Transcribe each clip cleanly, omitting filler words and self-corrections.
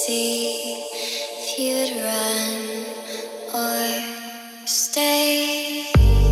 see if you'd run or stay.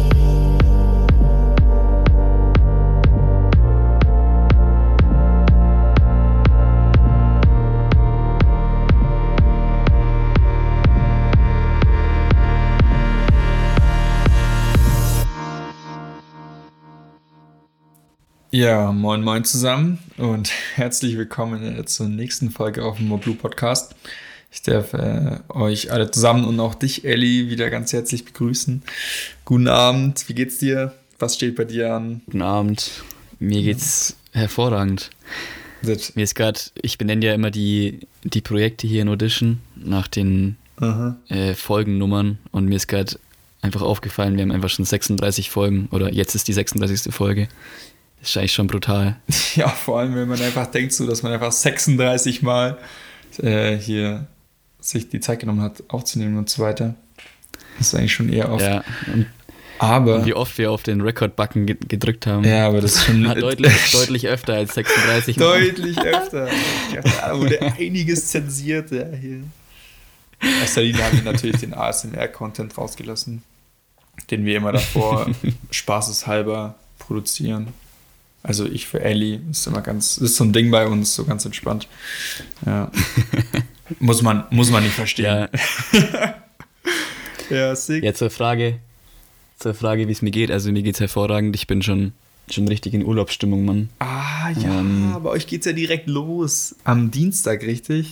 Ja, moin moin zusammen und herzlich willkommen zur nächsten Folge auf dem Moblue Podcast. Ich darf euch alle zusammen und auch dich, Elli, wieder ganz herzlich begrüßen. Guten Abend, wie geht's dir? Was steht bei dir an? Guten Abend, mir geht's hervorragend. Mir ist gerade, ich benenne ja immer die Projekte hier in Audition nach den Folgennummern und mir ist gerade einfach aufgefallen, wir haben einfach schon 36 Folgen oder jetzt ist die 36. Folge. Das ist eigentlich schon brutal. Ja, vor allem, wenn man einfach denkt, so, dass man einfach 36 Mal hier sich die Zeit genommen hat, aufzunehmen und so weiter. Das ist eigentlich schon eher oft. Ja, aber wie oft wir auf den Record-Button gedrückt haben. Ja, aber das ist schon deutlich öfter als 36 Mal. Deutlich öfter. Da wurde einiges zensiert. Ja, hier. Außerdem haben wir natürlich den ASMR-Content rausgelassen, den wir immer davor spaßeshalber produzieren. Also ich für Ellie ist so ein Ding bei uns, so ganz entspannt. Ja. muss man nicht verstehen. Ja, ja, sick. Ja, zur Frage, wie es mir geht. Also mir geht's hervorragend. Ich bin schon richtig in Urlaubsstimmung, Mann. Ah, ja, bei euch geht's ja direkt los. Am Dienstag, richtig?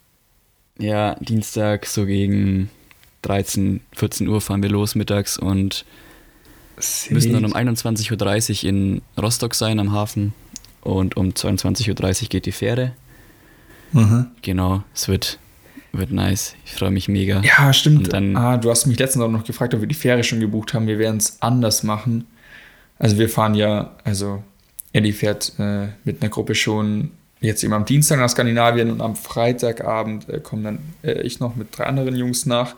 Ja, Dienstag so gegen 13, 14 Uhr fahren wir los mittags und müssen dann um 21.30 Uhr in Rostock sein am Hafen und um 22.30 Uhr geht die Fähre. Mhm. Genau, es wird nice. Ich freue mich mega. Ja, stimmt. Und dann, du hast mich letztens auch noch gefragt, ob wir die Fähre schon gebucht haben. Wir werden es anders machen. Also wir fahren Ellie fährt mit einer Gruppe schon jetzt eben am Dienstag nach Skandinavien und am Freitagabend kommen dann ich noch mit 3 anderen Jungs nach.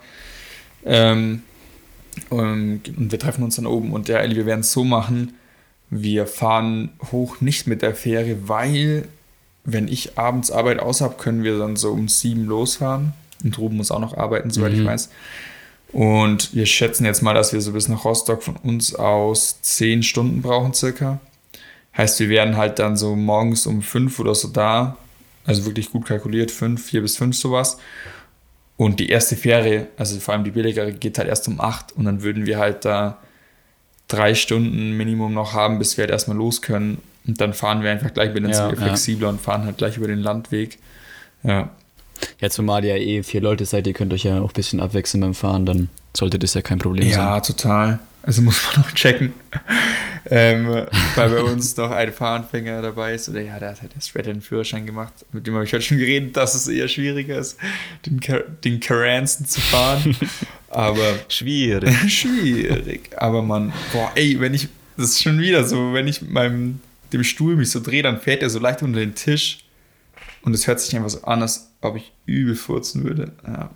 Und wir treffen uns dann oben und wir werden es so machen, wir fahren hoch nicht mit der Fähre, weil wenn ich abends Arbeit aus habe, können wir dann so um 7 losfahren und Ruben muss auch noch arbeiten, soweit ich weiß. Und wir schätzen jetzt mal, dass wir so bis nach Rostock von uns aus 10 Stunden brauchen circa. Heißt, wir werden halt dann so morgens um 5 oder so da, also wirklich gut kalkuliert, 4 bis 5 sowas. Und die erste Fähre, also vor allem die billigere, geht halt erst um 8 und dann würden wir halt da 3 Stunden Minimum noch haben, bis wir halt erstmal los können. Und dann fahren wir einfach gleich, sind wir flexibler und fahren halt gleich über den Landweg. Ja. Ja, zumal ihr 4 Leute seid, ihr könnt euch ja auch ein bisschen abwechseln beim Fahren, dann sollte das ja kein Problem sein. Ja, total. Also muss man noch checken, weil bei uns noch ein Fahranfänger dabei ist. Oder ja, der hat halt erst später den Führerschein gemacht. Mit dem habe ich heute schon geredet, dass es eher schwieriger ist, den Caranzen zu fahren. Aber schwierig. Aber das ist schon wieder so, wenn ich mit dem Stuhl mich so drehe, dann fährt er so leicht unter den Tisch. Und es hört sich einfach so an, als ob ich übel furzen würde. Ja.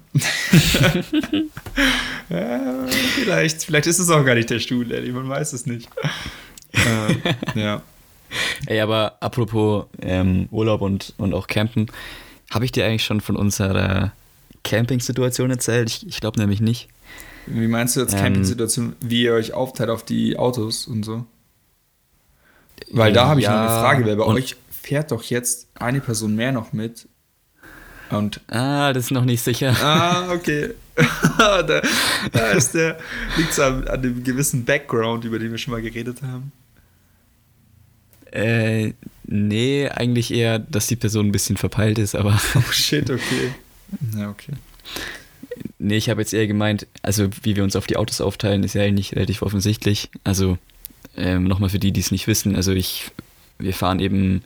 Ja, vielleicht ist es auch gar nicht der Stuhl, Ellie, man weiß es nicht. Ja. Ey, aber apropos Urlaub und auch Campen, habe ich dir eigentlich schon von unserer Camping-Situation erzählt? Ich glaube nämlich nicht. Wie meinst du jetzt Camping-Situation, wie ihr euch aufteilt auf die Autos und so? Weil da habe ich noch eine Frage, weil bei euch fährt doch jetzt eine Person mehr noch mit. Und das ist noch nicht sicher. Okay. da liegt es an dem gewissen Background, über den wir schon mal geredet haben. Nee, eigentlich eher, dass die Person ein bisschen verpeilt ist, aber... Oh shit, okay. Ja, okay. Nee, ich habe jetzt eher gemeint, also wie wir uns auf die Autos aufteilen, ist ja eigentlich relativ offensichtlich. Also nochmal für die es nicht wissen, also wir fahren eben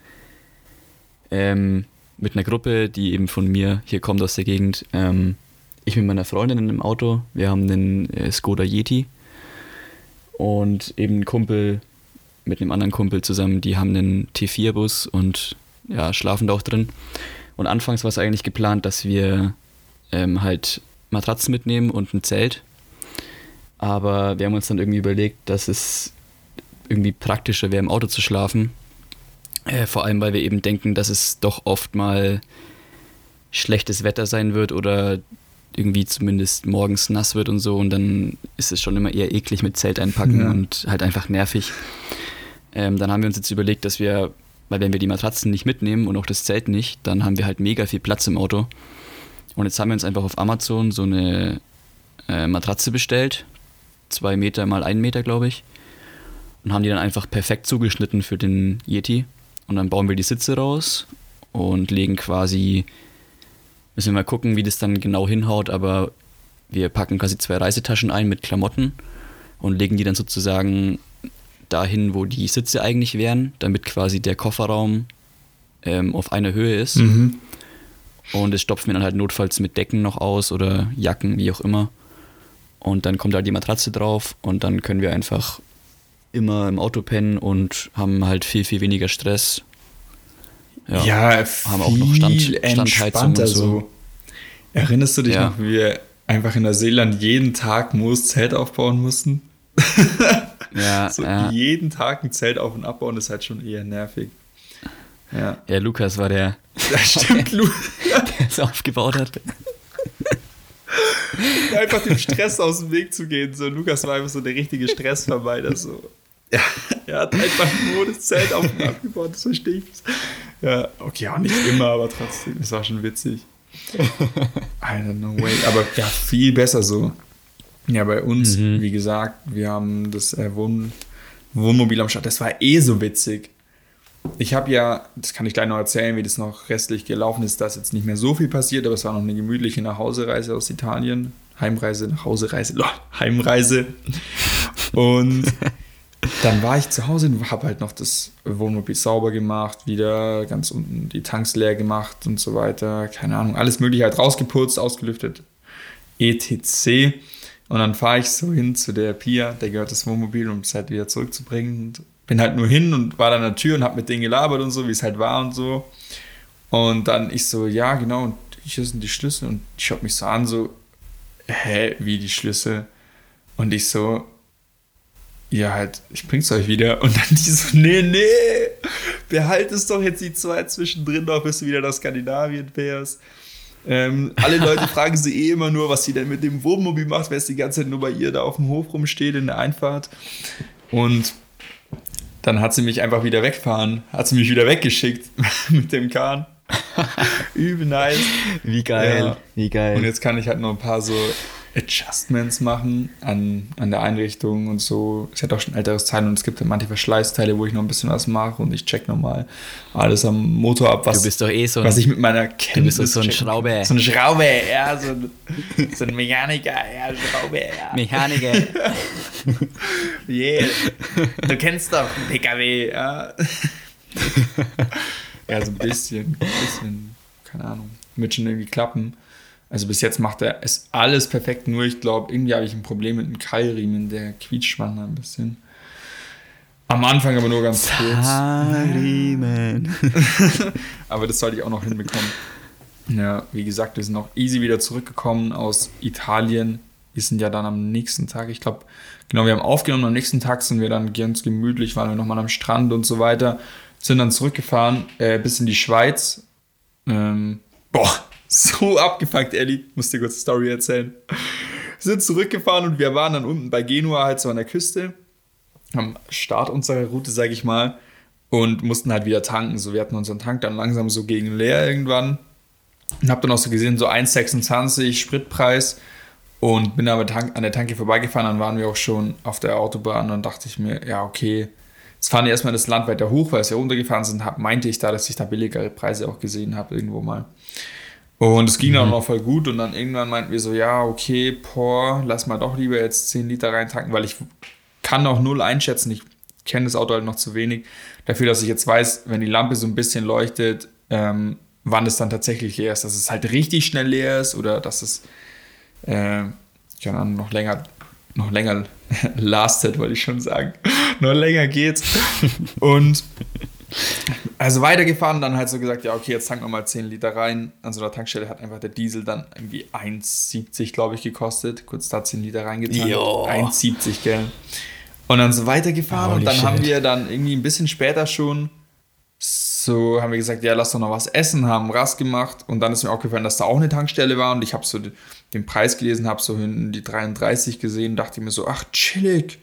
mit einer Gruppe, die eben von mir hier kommt aus der Gegend. Ich mit meiner Freundin in einem Auto. Wir haben einen Skoda Yeti und eben ein Kumpel mit einem anderen Kumpel zusammen. Die haben einen T4-Bus und ja, schlafen da auch drin. Und anfangs war es eigentlich geplant, dass wir halt Matratzen mitnehmen und ein Zelt. Aber wir haben uns dann irgendwie überlegt, dass es irgendwie praktischer wäre, im Auto zu schlafen. Vor allem, weil wir eben denken, dass es doch oft mal schlechtes Wetter sein wird oder irgendwie zumindest morgens nass wird und so, und dann ist es schon immer eher eklig mit Zelt einpacken und halt einfach nervig. Dann haben wir uns jetzt überlegt, dass wir, weil wenn wir die Matratzen nicht mitnehmen und auch das Zelt nicht, dann haben wir halt mega viel Platz im Auto. Und jetzt haben wir uns einfach auf Amazon so eine Matratze bestellt, 2 Meter mal 1 Meter, glaube ich, und haben die dann einfach perfekt zugeschnitten für den Yeti. Und dann bauen wir die Sitze raus und legen quasi, müssen wir mal gucken, wie das dann genau hinhaut, aber wir packen quasi 2 Reisetaschen ein mit Klamotten und legen die dann sozusagen dahin, wo die Sitze eigentlich wären, damit quasi der Kofferraum auf einer Höhe ist. Mhm. Und das stopfen wir dann halt notfalls mit Decken noch aus oder Jacken, wie auch immer. Und dann kommt halt die Matratze drauf und dann können wir einfach immer im Auto pennen und haben halt viel, viel weniger Stress. Ja, haben auch noch Standheizung und so. So. Erinnerst du dich Ja. noch, wie wir einfach in Neuseeland jeden Tag Moos Zelt aufbauen mussten? Ja, So ja. jeden Tag ein Zelt auf- und abbauen ist halt schon eher nervig. Ja, Ja, Lukas war der stimmt, Lu. es aufgebaut hat. Einfach dem Stress aus dem Weg zu gehen. So, Lukas war einfach so der richtige Stressvermeider. So. Ja, er hat einfach nur das Zelt auf und abgebaut, das verstehe ich. Ja, okay, auch nicht immer, aber trotzdem, es war schon witzig. I don't know, wait. Aber ja, viel besser so. Ja, bei uns, wie gesagt, wir haben das Wohnmobil am Start. Das war eh so witzig. Ich habe ja, das kann ich gleich noch erzählen, wie das noch restlich gelaufen ist, da ist jetzt nicht mehr so viel passiert, aber es war noch eine gemütliche Nachhausereise aus Italien. Heimreise, Nachhausereise, Heimreise. Und dann war ich zu Hause und habe halt noch das Wohnmobil sauber gemacht, wieder ganz unten die Tanks leer gemacht und so weiter. Keine Ahnung, alles mögliche halt rausgeputzt, ausgelüftet, etc. Und dann fahre ich so hin zu der Pia, der gehört das Wohnmobil, um es halt wieder zurückzubringen. Und bin halt nur hin und war dann an der Tür und hab mit denen gelabert und so, wie es halt war und so. Und dann ich so, ja, genau, und hier sind die Schlüssel. Und ich schaut mich so an, so, hä, wie die Schlüssel? Und ich so, ja, halt, ich bring's euch wieder. Und dann die so, nee, behalt es doch jetzt die 2 zwischendrin noch, bis du wieder nach Skandinavien fährst. Alle Leute fragen sie eh immer nur, was sie denn mit dem Wohnmobil macht, wer es die ganze Zeit nur bei ihr da auf dem Hof rumsteht in der Einfahrt. Und dann hat sie mich einfach wieder weggefahren, hat sie mich wieder weggeschickt mit dem Kahn. Übel nice. Wie geil, Ja. wie geil. Und jetzt kann ich halt noch ein paar so Adjustments machen an der Einrichtung und so. Ich hatte auch schon ein älteres Teil und es gibt ja manche Verschleißteile, wo ich noch ein bisschen was mache und ich check nochmal alles am Motor ab, Du bist doch eh so ein, was ich mit meiner Kenntnis du bist doch so ein checken Schraube. kann. So eine Schraube, ja, so ein Mechaniker, ja, Schraube, ja. Mechaniker. Yeah. Du kennst doch einen PKW, ja. Ja, so ein bisschen, keine Ahnung. Wird schon irgendwie klappen. Also bis jetzt macht er es alles perfekt, nur ich glaube, irgendwie habe ich ein Problem mit dem Keilriemen, der quietscht manchmal ein bisschen. Am Anfang aber nur ganz kurz. Riemen. Aber das sollte ich auch noch hinbekommen. Ja, wie gesagt, wir sind auch easy wieder zurückgekommen aus Italien. Wir sind ja dann am nächsten Tag, ich glaube, genau, wir haben aufgenommen, am nächsten Tag sind wir dann ganz gemütlich, waren wir nochmal am Strand und so weiter, sind dann zurückgefahren bis in die Schweiz. So abgefuckt, Elli, muss dir kurz eine Story erzählen. Sind zurückgefahren und wir waren dann unten bei Genua halt so an der Küste, am Start unserer Route, sag ich mal, und mussten halt wieder tanken. So, wir hatten unseren Tank dann langsam so gegen leer irgendwann und hab dann auch so gesehen, so 1,26 Spritpreis und bin aber an der Tanke vorbeigefahren, dann waren wir auch schon auf der Autobahn und dann dachte ich mir, ja okay, jetzt fahren wir erstmal das Land weiter hoch, weil es ja runtergefahren sind, meinte ich da, dass ich da billigere Preise auch gesehen habe irgendwo mal. Und es ging dann auch voll gut und dann irgendwann meinten wir so, ja, okay, lass mal doch lieber jetzt 10 Liter reintanken, weil ich kann auch null einschätzen, ich kenne das Auto halt noch zu wenig, dafür, dass ich jetzt weiß, wenn die Lampe so ein bisschen leuchtet, wann es dann tatsächlich leer ist, dass es halt richtig schnell leer ist oder dass es keine Ahnung, noch länger lastet, wollte ich schon sagen, noch länger geht. Und also weitergefahren, dann halt so gesagt, ja okay, jetzt tanken wir mal 10 Liter rein. An so einer Tankstelle hat einfach der Diesel dann irgendwie 1,70, glaube ich, gekostet. Kurz da 10 Liter reingetan. Jo. 1,70, gell. Und dann so weitergefahren Holy und dann haben shit. wir dann irgendwie ein bisschen später schon so haben wir gesagt, ja, lass doch noch was essen, haben Rast gemacht und dann ist mir aufgefallen, dass da auch eine Tankstelle war und ich habe so den Preis gelesen, habe so hinten die 33 gesehen, dachte mir so, ach, chillig,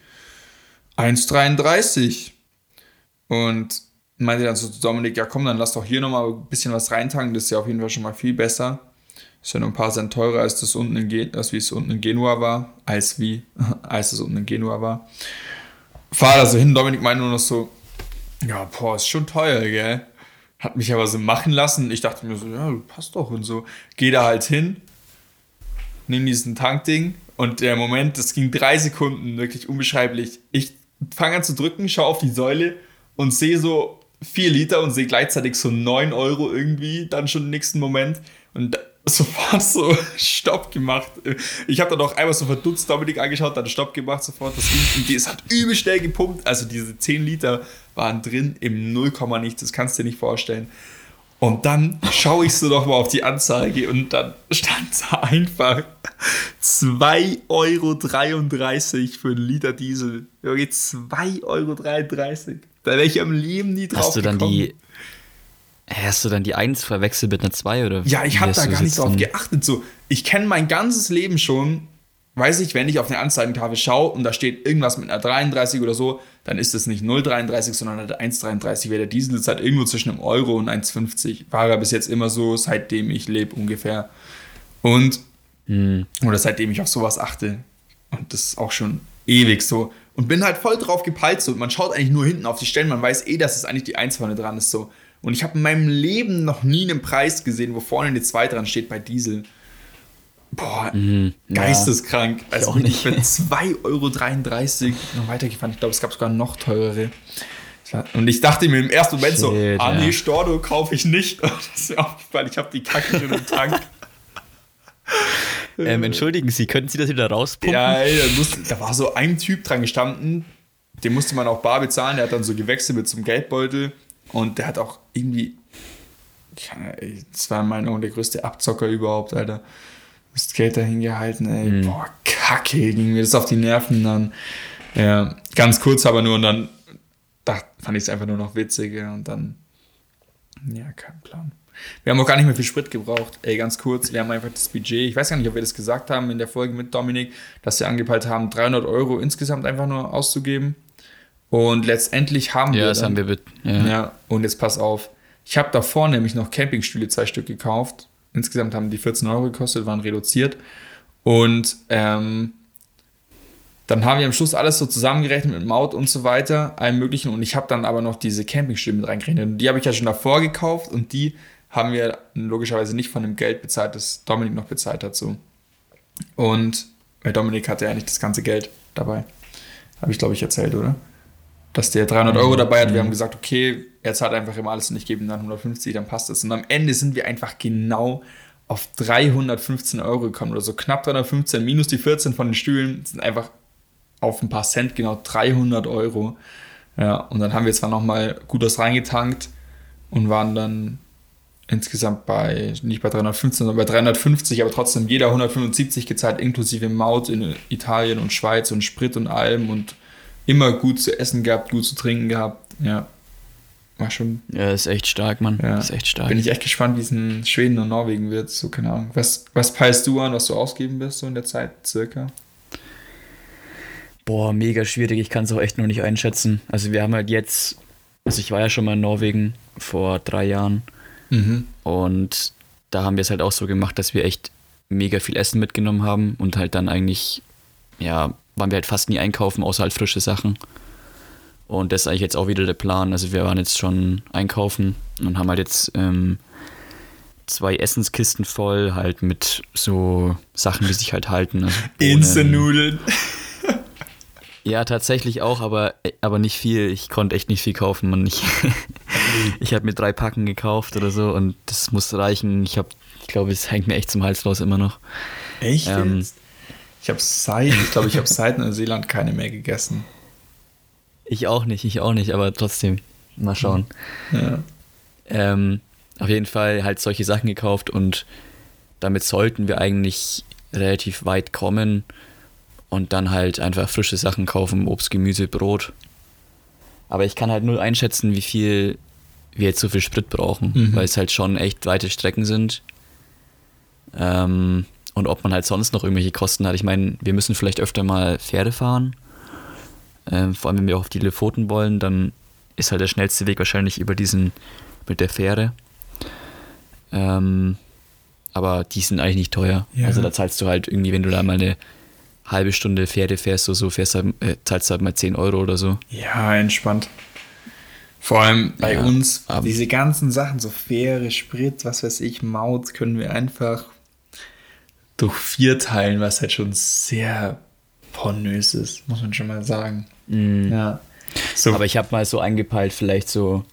1,33 und meinte dann so zu Dominik, ja komm, dann lass doch hier nochmal ein bisschen was reintanken, das ist ja auf jeden Fall schon mal viel besser. Ist ja nur ein paar Cent teurer, als das unten wie es unten in Genua war, als es unten in Genua war. Fahr da so hin, Dominik meinte nur noch so, ja, boah, ist schon teuer, gell? Hat mich aber so machen lassen. Ich dachte mir so, ja, passt doch und so. Geh da halt hin, nimm diesen Tankding und der Moment, das ging 3 Sekunden, wirklich unbeschreiblich. Ich fange an zu drücken, schaue auf die Säule und sehe so 4 Liter und sehe gleichzeitig so 9 Euro irgendwie, dann schon im nächsten Moment und sofort so Stopp gemacht. Ich habe dann auch einmal so verdutzt Dominik angeschaut, dann Stopp gemacht sofort. Das ging, und die ist halt übel schnell gepumpt. Also diese 10 Liter waren drin im 0, nichts. Das kannst du dir nicht vorstellen. Und dann schaue ich so nochmal auf die Anzeige und dann stand da einfach 2,33 Euro für einen Liter Diesel. Irgendwie 2,33 Euro. Da wäre ich am Leben nie drauf gekommen. Hast du dann die 1 verwechselt mit einer 2 oder? Ja, ich habe da gar nicht drauf geachtet. So, ich kenne mein ganzes Leben schon, weiß ich, wenn ich auf eine Anzeigentafel schaue und da steht irgendwas mit einer 33 oder so, dann ist das nicht 0,33, sondern eine 1,33. Weil der Diesel ist halt irgendwo zwischen einem Euro und 1,50. War er bis jetzt immer so, seitdem ich lebe ungefähr. Und, oder seitdem ich auf sowas achte. Und das ist auch schon ewig so. Und bin halt voll drauf gepeilt so. Man schaut eigentlich nur hinten auf die Stellen, man weiß dass es eigentlich die 1 vorne dran ist so. Und ich habe in meinem Leben noch nie einen Preis gesehen, wo vorne eine 2 dran steht bei Diesel. Boah, geisteskrank. Ja, also ich bin 2,33 Euro noch weitergefahren. Ich glaube, es gab sogar noch teurere. Und ich dachte mir im ersten Moment so, nee, Storno kaufe ich nicht. Das ist mir aufgefallen, ich habe die Kacke schon im Tank. Entschuldigen Sie, könnten Sie das wieder rauspumpen? Ja, da war so ein Typ dran gestanden, den musste man auch bar bezahlen. Der hat dann so gewechselt mit so einem Geldbeutel. Und der hat auch irgendwie, das war in meinen Augen der größte Abzocker überhaupt, Alter. Das Geld da hingehalten, ey. Boah, Kacke, ging mir das auf die Nerven dann. Ja, ganz kurz aber nur und dann fand ich es einfach nur noch witzig und dann, ja, kein Plan. Wir haben auch gar nicht mehr viel Sprit gebraucht, ey, ganz kurz. Wir haben einfach das Budget, ich weiß gar nicht, ob wir das gesagt haben in der Folge mit Dominik, dass wir angepeilt haben, 300 Euro insgesamt einfach nur auszugeben. Und letztendlich haben wir. Ja, das haben wir. Ja, und jetzt pass auf. Ich habe davor nämlich noch Campingstühle 2 Stück gekauft. Insgesamt haben die 14 Euro gekostet, waren reduziert. Und dann haben wir am Schluss alles so zusammengerechnet mit Maut und so weiter, allem möglichen. Und ich habe dann aber noch diese Campingstühle mit reingerechnet. Und die habe ich ja schon davor gekauft und die haben wir logischerweise nicht von dem Geld bezahlt, das Dominik noch bezahlt hat. So. Und weil Dominik hatte ja nicht das ganze Geld dabei. Habe ich, glaube ich, erzählt, oder? Dass der 300 Euro dabei hat. Wir haben gesagt, okay, er zahlt einfach immer alles und ich gebe ihm dann 150, dann passt das. Und am Ende sind wir einfach genau auf 315 Euro gekommen oder so knapp 315, minus die 14 von den Stühlen, sind einfach auf ein paar Cent genau 300 Euro. Ja, und dann haben wir zwar nochmal gut was reingetankt und waren dann insgesamt nicht bei 315, sondern bei 350, aber trotzdem jeder 175 gezahlt, inklusive Maut in Italien und Schweiz und Sprit und allem und immer gut zu essen gehabt, gut zu trinken gehabt. Ja, war schon. Ja, ist echt stark, Mann. Ja. Ist echt stark. Bin ich echt gespannt, wie es in Schweden und Norwegen wird. So, keine Ahnung. Was peilst du an, was du ausgeben wirst, so in der Zeit circa? Boah, mega schwierig. Ich kann es auch echt noch nicht einschätzen. Also, wir haben halt jetzt. Also, ich war ja schon mal in Norwegen vor 3 Jahren. Und da haben wir es halt auch so gemacht, dass wir echt mega viel Essen mitgenommen haben und halt dann eigentlich, ja, waren wir halt fast nie einkaufen, außer halt frische Sachen. Und das ist eigentlich jetzt auch wieder der Plan. Also wir waren jetzt schon einkaufen und haben halt jetzt 2 Essenskisten voll, halt mit so Sachen, die sich halt halten. Also Instant-Nudeln. Ja, tatsächlich auch, aber nicht viel. Ich konnte echt nicht viel kaufen. Man. Ich habe mir 3 Packen gekauft oder so und das muss reichen. Ich glaube, es hängt mir echt zum Hals raus immer noch. Echt? Ich glaube, ich habe seit Neuseeland keine mehr gegessen. Ich auch nicht, aber trotzdem, mal schauen. Ja. Auf jeden Fall halt solche Sachen gekauft und damit sollten wir eigentlich relativ weit kommen und dann halt einfach frische Sachen kaufen, Obst, Gemüse, Brot. Aber ich kann halt null einschätzen, wie viel wir jetzt so viel Sprit brauchen, weil es halt schon echt weite Strecken sind. Und ob man halt sonst noch irgendwelche Kosten hat. Ich meine, wir müssen vielleicht öfter mal Fähre fahren. Vor allem, wenn wir auch auf die Lofoten wollen, dann ist halt der schnellste Weg wahrscheinlich mit der Fähre. Aber die sind eigentlich nicht teuer. Ja. Also da zahlst du halt irgendwie, wenn du da mal eine halbe Stunde Fähre fährst, zahlst du halt mal 10 Euro oder so. Ja, entspannt. Vor allem bei Ja, uns, aber- diese ganzen Sachen, so Fähre, Sprit, was weiß ich, Maut, können wir einfach durch 4 teilen, was halt schon sehr pornös ist, muss man schon mal sagen. Ja. So, Aber ich habe mal so eingepeilt, vielleicht so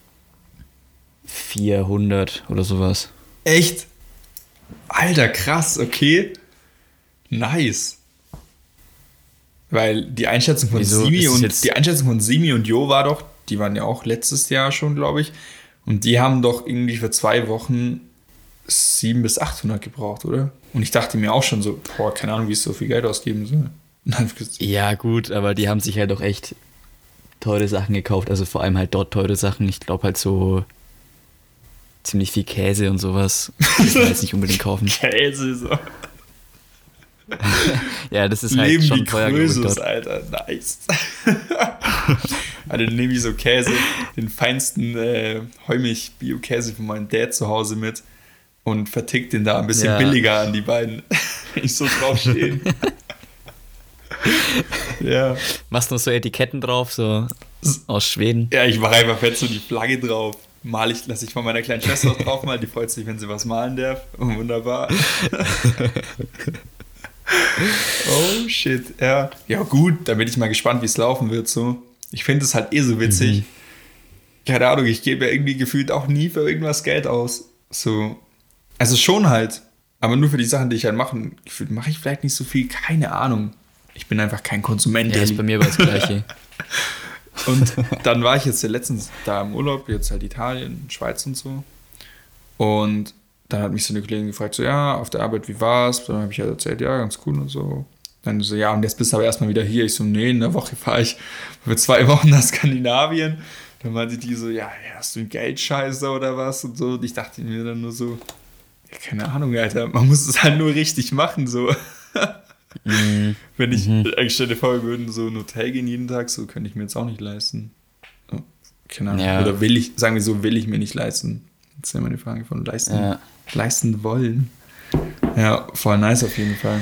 400 oder sowas. echt? Alter, krass, okay. Nice. Weil die Einschätzung von Wieso? Simi Ist es und jetzt- die Einschätzung von Simi und Jo war doch, die waren ja auch letztes Jahr schon, glaube ich. Und die haben doch irgendwie für 2 Wochen 700 bis 800 gebraucht, oder? Und ich dachte mir auch schon so, boah, keine Ahnung, wie ich so viel Geld ausgeben soll. Und dann hab ich gesagt, Ja, gut, aber die haben sich halt auch echt teure Sachen gekauft. Also vor allem halt dort teure Sachen. Ich glaube halt so ziemlich viel Käse und sowas. Das kann man jetzt nicht unbedingt kaufen. Käse, so. Ja, das ist halt Leben schon wie teuer, glaube ich, Krösus, dort. Alter, nice. Also dann nehme ich so Käse, den feinsten Heumilch-Bio-Käse von meinem Dad zu Hause mit und vertick den da ein bisschen Ja. billiger an die beiden. Wenn ich so draufstehen. Ja. Machst noch so Etiketten drauf, so aus Schweden. Ja, ich mache einfach fett so die Flagge drauf. Lasse ich von meiner kleinen Schwester auch drauf malen, die freut sich, wenn sie was malen darf. Oh, wunderbar. Oh shit, ja. Ja gut, da bin ich mal gespannt, wie es laufen wird so. Ich finde es halt so witzig. Keine Ahnung, ich gebe ja irgendwie gefühlt auch nie für irgendwas Geld aus. So. Also schon halt. Aber nur für die Sachen, die ich halt mache, gefühlt mache ich vielleicht nicht so viel, keine Ahnung. Ich bin einfach kein Konsument. Ja, ist bei mir aber das Gleiche. Und dann war ich jetzt letztens da im Urlaub, jetzt halt Italien, Schweiz und so. Und dann hat mich so eine Kollegin gefragt, so, ja, auf der Arbeit, wie war's? Dann habe ich halt erzählt, ja, ganz cool und so. Dann so, ja, und jetzt bist du aber erstmal wieder hier. Ich so, nee, in der Woche fahre ich für 2 Wochen nach Skandinavien. Dann meinte die so, ja, hast du einen Geldscheißer oder was? Und so. Und ich dachte mir dann nur so, ja, keine Ahnung, Alter, man muss es halt nur richtig machen, so. Wenn ich, ich stelle dir vor, wir würden so ein Hotel gehen jeden Tag, so könnte ich mir jetzt auch nicht leisten. Oh, keine Ahnung. Ja. Oder sagen wir so, will ich mir nicht leisten. Das ist ja immer die Frage von leisten wollen. Ja, voll nice auf jeden Fall.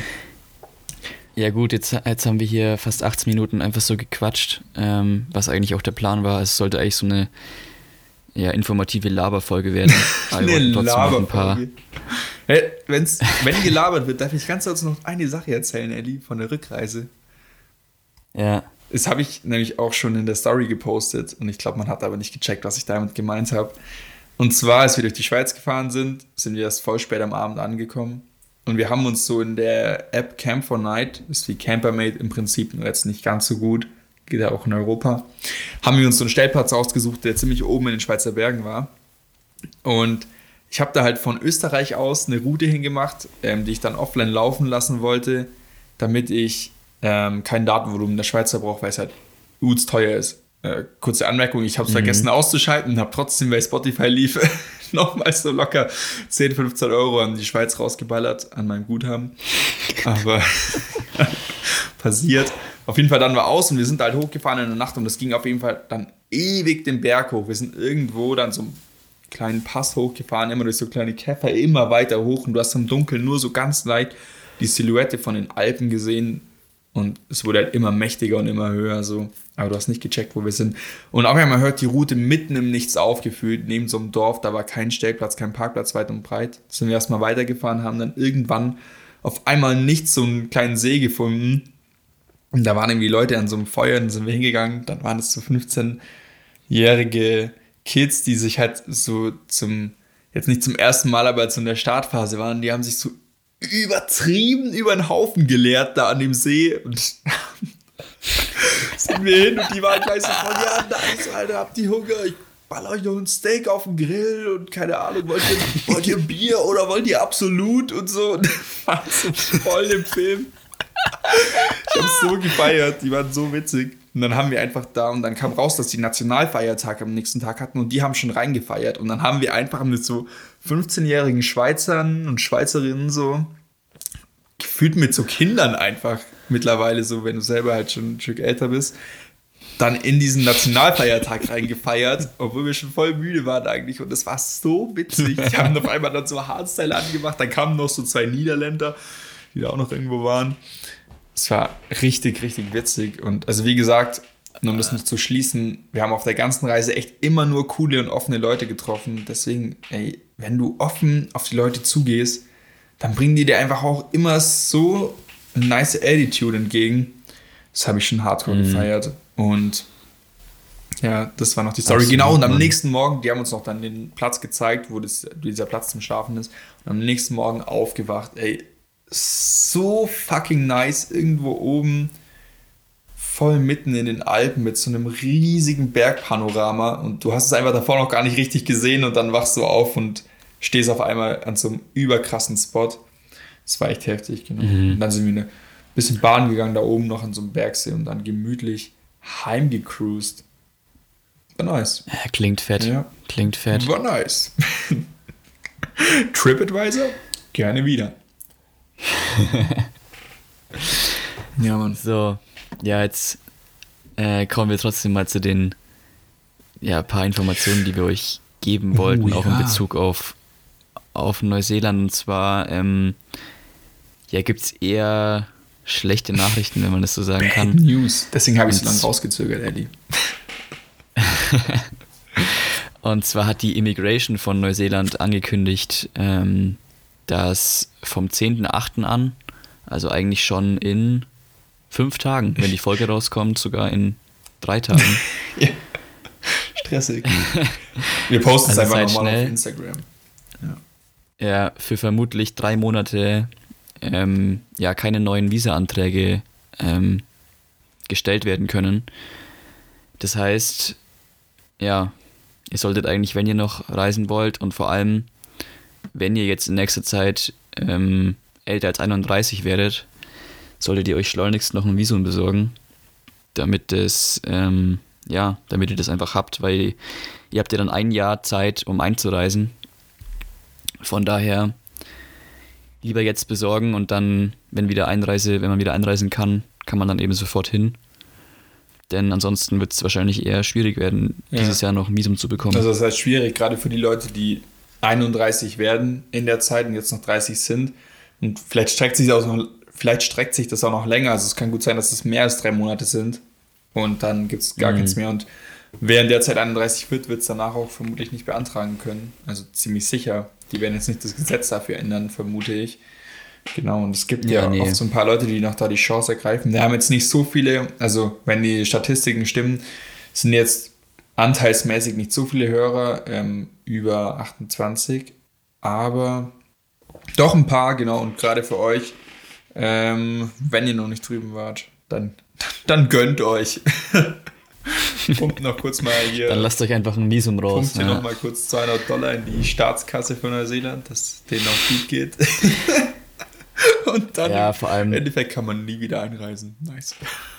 Ja gut, jetzt haben wir hier fast 18 Minuten einfach so gequatscht, was eigentlich auch der Plan war. Es sollte eigentlich so eine informative Laberfolge werden. Aber wir wollten trotzdem noch ein paar. Hey, wenn gelabert wird, darf ich ganz kurz noch eine Sache erzählen, Elli, von der Rückreise. Ja. Das habe ich nämlich auch schon in der Story gepostet und ich glaube, man hat aber nicht gecheckt, was ich damit gemeint habe. Und zwar, als wir durch die Schweiz gefahren sind wir erst voll spät am Abend angekommen und wir haben uns so in der App Camp for Night, ist wie Campermate im Prinzip, nur jetzt nicht ganz so gut, geht ja auch in Europa, haben wir uns so einen Stellplatz ausgesucht, der ziemlich oben in den Schweizer Bergen war. Und ich habe da halt von Österreich aus eine Route hingemacht, die ich dann offline laufen lassen wollte, damit ich kein Datenvolumen in der Schweiz brauche, weil es halt übelst teuer ist. Kurze Anmerkung, ich habe es vergessen auszuschalten und habe trotzdem, weil Spotify lief, nochmal so locker 10, 15 Euro an die Schweiz rausgeballert, an meinem Guthaben. Aber passiert. Auf jeden Fall dann war aus und wir sind halt hochgefahren in der Nacht und das ging auf jeden Fall dann ewig den Berg hoch. Wir sind irgendwo dann so einen kleinen Pass hochgefahren, immer durch so kleine Käfer, immer weiter hoch und du hast im Dunkeln nur so ganz leicht die Silhouette von den Alpen gesehen und es wurde halt immer mächtiger und immer höher so. Aber du hast nicht gecheckt, wo wir sind. Und auf einmal hört die Route mitten im Nichts aufgefühlt, neben so einem Dorf, da war kein Stellplatz, kein Parkplatz weit und breit. Sind wir erstmal weitergefahren, haben dann irgendwann auf einmal nichts so einen kleinen See gefunden. Und da waren irgendwie Leute an so einem Feuer, dann sind wir hingegangen, dann waren es so 15-jährige Kids, die sich halt so jetzt nicht zum ersten Mal, aber so in der Startphase waren, die haben sich so übertrieben über den Haufen geleert da an dem See und sind wir hin und die waren gleich so von, ja, nice, Alter, habt ihr Hunger? Ich baller euch noch ein Steak auf den Grill und keine Ahnung, wollt ihr Bier oder wollt ihr Absolut und so. Und war so voll im Film. Ich hab's so gefeiert, die waren so witzig. Und dann haben wir einfach da, und dann kam raus, dass die Nationalfeiertag am nächsten Tag hatten und die haben schon reingefeiert. Und dann haben wir einfach mit so 15-jährigen Schweizern und Schweizerinnen so, gefühlt mit so Kindern einfach mittlerweile so, wenn du selber halt schon ein Stück älter bist, dann in diesen Nationalfeiertag reingefeiert, obwohl wir schon voll müde waren eigentlich. Und das war so witzig. Die haben auf einmal dann so Hardstyle angemacht. Dann kamen noch so 2 Niederländer, die da auch noch irgendwo waren. Es war richtig, richtig witzig. Und also wie gesagt, nur um das noch zu schließen, wir haben auf der ganzen Reise echt immer nur coole und offene Leute getroffen. Deswegen, ey, wenn du offen auf die Leute zugehst, dann bringen die dir einfach auch immer so eine nice Attitude entgegen. Das habe ich schon hardcore gefeiert. Und ja, das war noch die Story. Absolut, genau, und am Mann. nächsten Morgen, die haben uns noch dann den Platz gezeigt, wo dieser Platz zum Schlafen ist. Und am nächsten Morgen aufgewacht, ey, so fucking nice, irgendwo oben, voll mitten in den Alpen mit so einem riesigen Bergpanorama. Und du hast es einfach davor noch gar nicht richtig gesehen und dann wachst du auf und stehst auf einmal an so einem überkrassen Spot. Das war echt heftig, genau. Und dann sind wir ein bisschen Bahn gegangen, da oben noch an so einem Bergsee und dann gemütlich heimgecruised. War nice. Ja, klingt fett. Ja. Klingt fett. War nice. TripAdvisor? Gerne wieder. Ja, Mann. So, ja, jetzt kommen wir trotzdem mal zu den paar Informationen, die wir euch geben wollten, auch in Bezug auf Neuseeland. Und zwar gibt es eher schlechte Nachrichten, wenn man das so sagen kann. News. Deswegen habe ich es so lange rausgezögert, Eddie. Und zwar hat die Immigration von Neuseeland angekündigt, dass vom 10.8. an, also eigentlich schon in 5 Tagen, wenn die Folge rauskommt, sogar in 3 Tagen. Ja. Stressig. Wir posten es Also einfach seid nochmal schnell. auf Instagram. Ja, für vermutlich 3 Monate keine neuen Visa-Anträge gestellt werden können. Das heißt, ja, ihr solltet eigentlich, wenn ihr noch reisen wollt und vor allem, wenn ihr jetzt in nächster Zeit älter als 31 werdet, solltet ihr euch schleunigst noch ein Visum besorgen, damit ihr das einfach habt, weil ihr habt ja dann 1 Jahr Zeit, um einzureisen. Von daher lieber jetzt besorgen und dann, wenn man wieder einreisen kann, kann man dann eben sofort hin. Denn ansonsten wird es wahrscheinlich eher schwierig werden, dieses Jahr noch ein Visum zu bekommen. Also das heißt schwierig, gerade für die Leute, die 31 werden in der Zeit und jetzt noch 30 sind. Und vielleicht streckt sich das auch noch länger. Also es kann gut sein, dass es mehr als 3 Monate sind. Und dann gibt es gar keins mehr. Und wer in der Zeit 31 wird es danach auch vermutlich nicht beantragen können. Also ziemlich sicher. Die werden jetzt nicht das Gesetz dafür ändern, vermute ich. Genau, und es gibt oft so ein paar Leute, die noch da die Chance ergreifen. Wir haben jetzt nicht so viele, also wenn die Statistiken stimmen, sind jetzt anteilsmäßig nicht so viele Hörer über 28, aber doch ein paar, genau, und gerade für euch, wenn ihr noch nicht drüben wart, dann gönnt euch. Pumpt noch kurz mal hier. Dann lasst euch einfach ein Visum raus. Pumpt hier noch mal kurz $200 in die Staatskasse von Neuseeland, dass es denen auch gut geht. Und dann vor allem, im Endeffekt kann man nie wieder einreisen. Nice.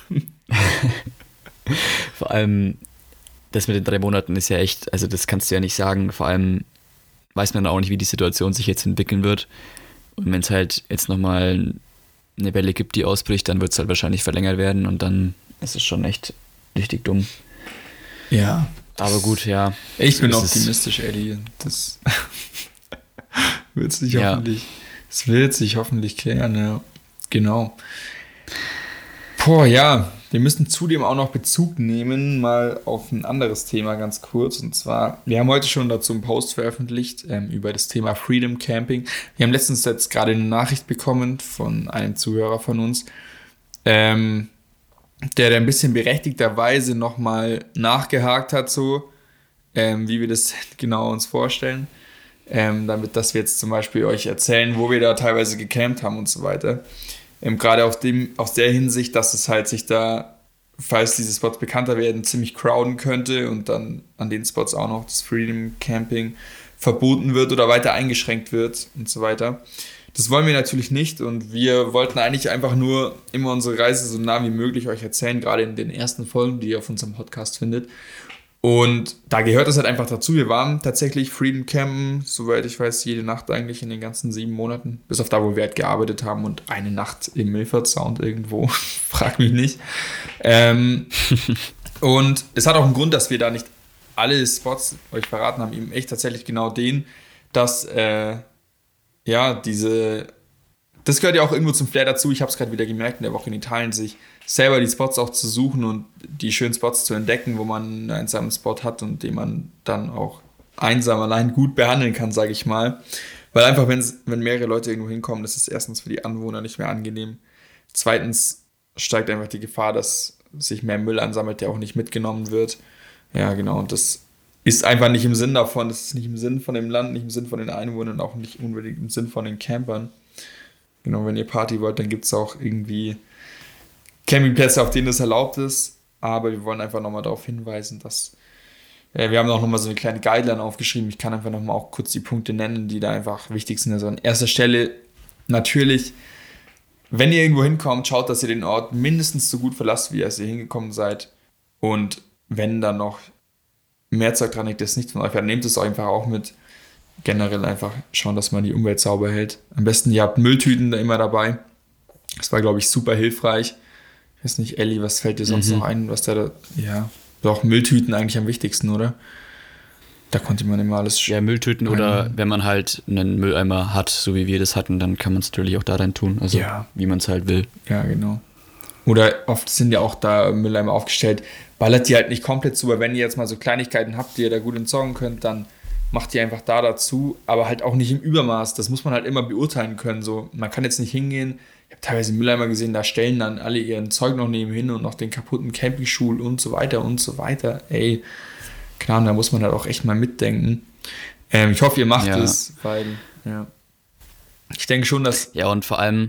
Vor allem, das mit den 3 Monaten ist ja echt, also das kannst du ja nicht sagen. Vor allem weiß man auch nicht, wie die Situation sich jetzt entwickeln wird. Und wenn es halt jetzt nochmal eine Welle gibt, die ausbricht, dann wird es halt wahrscheinlich verlängert werden und dann ist es schon echt richtig dumm. Ja. Aber gut, ja. Ich bin optimistisch, Eddie. Das wird sich hoffentlich klären, ja. Genau. Wir müssen zudem auch noch Bezug nehmen, mal auf ein anderes Thema ganz kurz. Und zwar, wir haben heute schon dazu einen Post veröffentlicht über das Thema Freedom Camping. Wir haben letztens jetzt gerade eine Nachricht bekommen von einem Zuhörer von uns, der ein bisschen berechtigterweise nochmal nachgehakt hat, so wie wir das genau uns vorstellen. Damit, dass wir jetzt zum Beispiel euch erzählen, wo wir da teilweise gecampt haben und so weiter. Gerade aus der Hinsicht, dass es halt sich da, falls diese Spots bekannter werden, ziemlich crowden könnte und dann an den Spots auch noch das Freedom Camping verboten wird oder weiter eingeschränkt wird und so weiter. Das wollen wir natürlich nicht und wir wollten eigentlich einfach nur immer unsere Reise so nah wie möglich euch erzählen, gerade in den ersten Folgen, die ihr auf unserem Podcast findet. Und da gehört es halt einfach dazu. Wir waren tatsächlich Freedom Campen, soweit ich weiß, jede Nacht eigentlich in den ganzen 7 Monaten. Bis auf da, wo wir halt gearbeitet haben und eine Nacht im Milford Sound irgendwo. Frag mich nicht. Und es hat auch einen Grund, dass wir da nicht alle Spots euch verraten haben. Eben echt tatsächlich genau den, dass, das gehört ja auch irgendwo zum Flair dazu. Ich habe es gerade wieder gemerkt in der Woche in Italien, sich selber die Spots auch zu suchen und die schönen Spots zu entdecken, wo man einen einsamen Spot hat und den man dann auch einsam allein gut behandeln kann, sage ich mal. Weil einfach, wenn mehrere Leute irgendwo hinkommen, das ist erstens für die Anwohner nicht mehr angenehm. Zweitens steigt einfach die Gefahr, dass sich mehr Müll ansammelt, der auch nicht mitgenommen wird. Ja, genau. Und das ist einfach nicht im Sinn davon. Das ist nicht im Sinn von dem Land, nicht im Sinn von den Einwohnern, auch nicht unbedingt im Sinn von den Campern. Genau, wenn ihr Party wollt, dann gibt es auch irgendwie Campingplätze, auf denen das erlaubt ist. Aber wir wollen einfach nochmal darauf hinweisen, dass wir haben auch nochmal so eine kleine Guideline aufgeschrieben. Ich kann einfach nochmal auch kurz die Punkte nennen, die da einfach wichtig sind. Also an erster Stelle natürlich, wenn ihr irgendwo hinkommt, schaut, dass ihr den Ort mindestens so gut verlasst, wie ihr hingekommen seid. Und wenn dann noch mehr Zeug dran liegt, das nicht von euch hat, nehmt es einfach auch mit. Generell einfach schauen, dass man die Umwelt sauber hält. Am besten, ihr habt Mülltüten da immer dabei. Das war, glaube ich, super hilfreich. Ich weiß nicht, Elli, was fällt dir sonst noch ein? Was da, ja, doch Mülltüten eigentlich am wichtigsten, oder? Da konnte man immer alles... Ja, Mülltüten oder wenn man halt einen Mülleimer hat, so wie wir das hatten, dann kann man es natürlich auch da rein tun. Also wie man es halt will. Ja, genau. Oder oft sind ja auch da Mülleimer aufgestellt. Ballert die halt nicht komplett zu, aber wenn ihr jetzt mal so Kleinigkeiten habt, die ihr da gut entsorgen könnt, dann macht die einfach da dazu, aber halt auch nicht im Übermaß. Das muss man halt immer beurteilen können. So, man kann jetzt nicht hingehen. Ich habe teilweise Mülleimer gesehen, da stellen dann alle ihren Zeug noch nebenhin und noch den kaputten Campingstuhl und so weiter und so weiter. Ey, klar, da muss man halt auch echt mal mitdenken. Ich hoffe, ihr macht es, weil, ich denke schon, dass... Ja, und vor allem,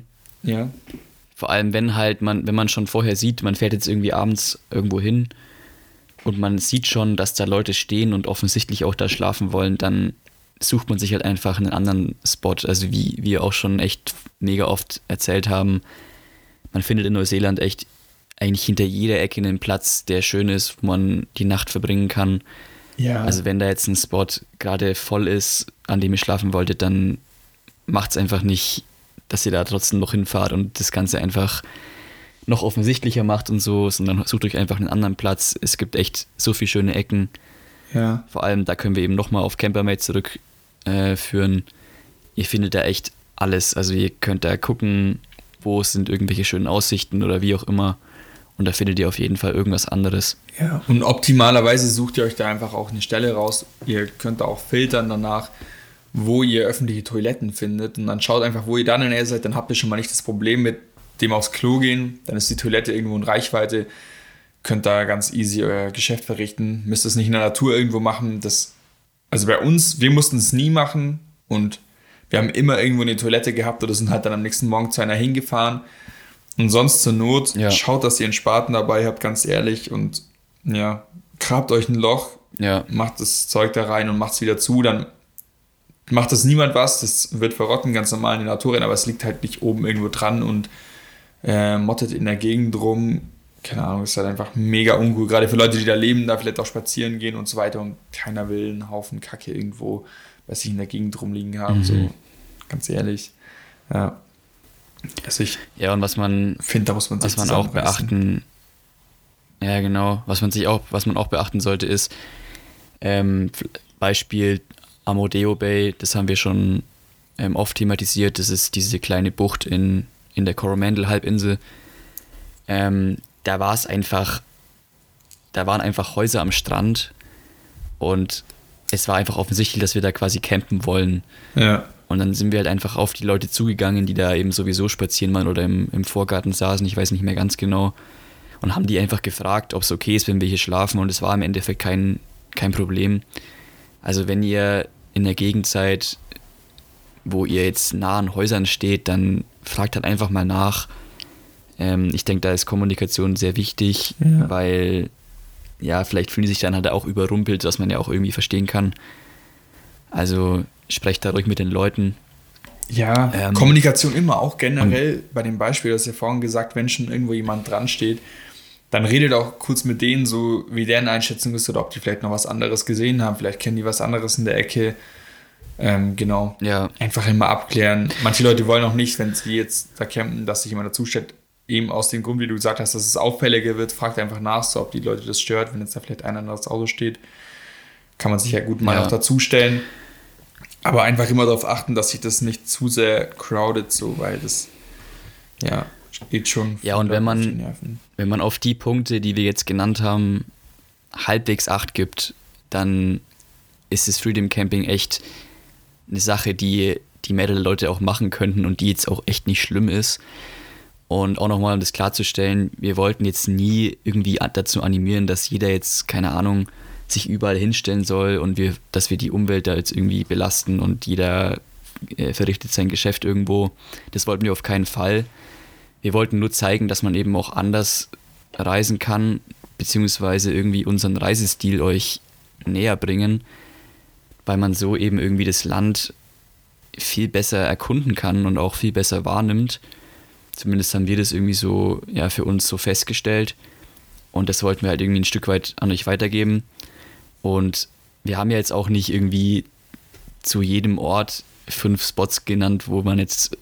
wenn man schon vorher sieht, man fährt jetzt irgendwie abends irgendwo hin und man sieht schon, dass da Leute stehen und offensichtlich auch da schlafen wollen, dann sucht man sich halt einfach einen anderen Spot. Also wie wir auch schon echt mega oft erzählt haben, man findet in Neuseeland echt eigentlich hinter jeder Ecke einen Platz, der schön ist, wo man die Nacht verbringen kann. Ja. Also wenn da jetzt ein Spot gerade voll ist, an dem ihr schlafen wolltet, dann macht es einfach nicht, dass ihr da trotzdem noch hinfahrt und das Ganze einfach noch offensichtlicher macht und so, sondern sucht euch einfach einen anderen Platz. Es gibt echt so viele schöne Ecken. Ja. Vor allem, da können wir eben nochmal auf Campermate zurückführen. Ihr findet da echt alles. Also ihr könnt da gucken, wo sind irgendwelche schönen Aussichten oder wie auch immer. Und da findet ihr auf jeden Fall irgendwas anderes. Ja, und optimalerweise sucht ihr euch da einfach auch eine Stelle raus. Ihr könnt da auch filtern danach, wo ihr öffentliche Toiletten findet. Und dann schaut einfach, wo ihr dann in der Nähe seid. Dann habt ihr schon mal nicht das Problem mit dem aufs Klo gehen. Dann ist die Toilette irgendwo in Reichweite. Könnt da ganz easy euer Geschäft verrichten. Müsst es nicht in der Natur irgendwo machen. Also bei uns, wir mussten es nie machen. Und wir haben immer irgendwo eine Toilette gehabt oder sind halt dann am nächsten Morgen zu einer hingefahren. Und sonst zur Not, schaut, dass ihr einen Spaten dabei habt, ganz ehrlich. Und grabt euch ein Loch, macht das Zeug da rein und macht es wieder zu. Dann macht das niemand was. Das wird verrotten, ganz normal in der Natur rein. Aber es liegt halt nicht oben irgendwo dran und mottet in der Gegend rum. Keine Ahnung, ist halt einfach mega uncool. Gerade für Leute, die da leben, da vielleicht auch spazieren gehen und so weiter. Und keiner will einen Haufen Kacke irgendwo bei sich in der Gegend rumliegen haben. So, ganz ehrlich. Ja. Also und was man finde, da muss man sich auch beachten. Ja, genau. Was man auch beachten sollte, ist Beispiel Amodeo Bay, das haben wir schon oft thematisiert. Das ist diese kleine Bucht in der Coromandel-Halbinsel. Da waren einfach Häuser am Strand und es war einfach offensichtlich, dass wir da quasi campen wollen. Ja. Und dann sind wir halt einfach auf die Leute zugegangen, die da eben sowieso spazieren waren oder im Vorgarten saßen, ich weiß nicht mehr ganz genau, und haben die einfach gefragt, ob es okay ist, wenn wir hier schlafen, und es war im Endeffekt kein Problem. Also wenn ihr in der Gegend seid, wo ihr jetzt nah an Häusern steht, dann fragt halt einfach mal nach. Ich denke, da ist Kommunikation sehr wichtig, weil vielleicht fühlen die sich dann halt auch überrumpelt, was man ja auch irgendwie verstehen kann. Also sprecht da ruhig mit den Leuten. Ja, Kommunikation immer, auch generell bei dem Beispiel, das ja vorhin gesagt, wenn schon irgendwo jemand dran steht, dann redet auch kurz mit denen so, wie deren Einschätzung ist oder ob die vielleicht noch was anderes gesehen haben, vielleicht kennen die was anderes in der Ecke. Genau. Ja. Einfach immer abklären. Manche Leute wollen auch nicht, wenn sie jetzt da campen, dass sich jemand dazustellt, eben aus dem Grund, wie du gesagt hast, dass es auffälliger wird, fragt einfach nach, so, ob die Leute das stört, wenn jetzt da vielleicht ein anderes Auto steht. Kann man sich ja gut mal auch dazustellen. Aber einfach immer darauf achten, dass sich das nicht zu sehr crowded, so, weil das, ja, geht schon. Ja, und wenn man auf die Punkte, die wir jetzt genannt haben, halbwegs Acht gibt, dann ist das Freedom Camping echt eine Sache, die mehrere Leute auch machen könnten und die jetzt auch echt nicht schlimm ist. Und auch nochmal, um das klarzustellen, wir wollten jetzt nie irgendwie dazu animieren, dass jeder jetzt, keine Ahnung, sich überall hinstellen soll und dass wir die Umwelt da jetzt irgendwie belasten und jeder verrichtet sein Geschäft irgendwo. Das wollten wir auf keinen Fall. Wir wollten nur zeigen, dass man eben auch anders reisen kann, beziehungsweise irgendwie unseren Reisestil euch näher bringen, weil man so eben irgendwie das Land viel besser erkunden kann und auch viel besser wahrnimmt. Zumindest haben wir das irgendwie so, ja, für uns so festgestellt. Und das wollten wir halt irgendwie ein Stück weit an euch weitergeben. Und wir haben ja jetzt auch nicht irgendwie zu jedem Ort 5 Spots genannt, wo man jetzt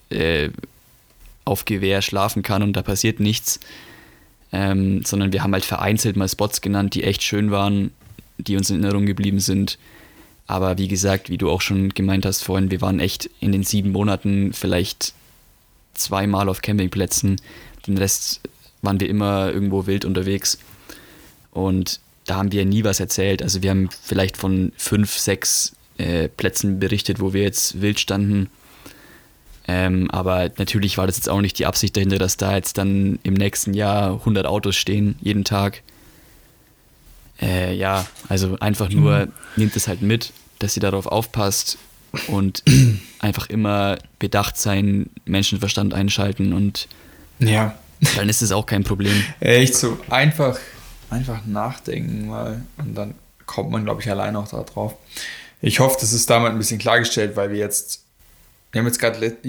auf Gewehr schlafen kann und da passiert nichts. Sondern wir haben halt vereinzelt mal Spots genannt, die echt schön waren, die uns in Erinnerung geblieben sind. Aber wie gesagt, wie du auch schon gemeint hast vorhin, wir waren echt in den 7 Monaten vielleicht 2-mal auf Campingplätzen. Den Rest waren wir immer irgendwo wild unterwegs. Und da haben wir nie was erzählt. Also wir haben vielleicht von 5, 6 Plätzen berichtet, wo wir jetzt wild standen. Aber natürlich war das jetzt auch nicht die Absicht dahinter, dass da jetzt dann im nächsten Jahr 100 Autos stehen, jeden Tag. Ja, also einfach nur nehmt es halt mit, dass ihr darauf aufpasst und einfach immer bedacht sein, Menschenverstand einschalten und ja, dann ist es auch kein Problem. Echt so, einfach nachdenken mal und dann kommt man, glaube ich, alleine auch da drauf. Ich hoffe, das ist damit ein bisschen klargestellt, weil wir haben jetzt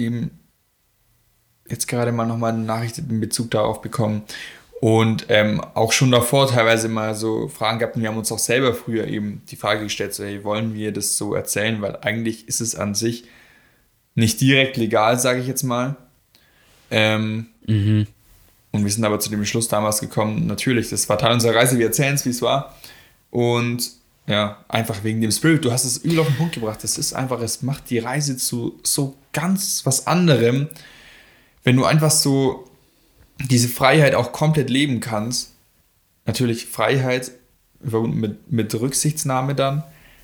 gerade mal nochmal eine Nachricht in Bezug darauf bekommen und auch schon davor teilweise mal so Fragen gehabt und wir haben uns auch selber früher eben die Frage gestellt, so, hey, wollen wir das so erzählen, weil eigentlich ist es an sich nicht direkt legal, sage ich jetzt mal. Und wir sind aber zu dem Beschluss damals gekommen, natürlich, das war Teil unserer Reise, wir erzählen es, wie es war. Und ja, einfach wegen dem Spirit, du hast es übel auf den Punkt gebracht, das ist einfach, es macht die Reise zu so ganz was anderem, wenn du einfach so diese Freiheit auch komplett leben kannst. Natürlich Freiheit mit Rücksichtnahme dann,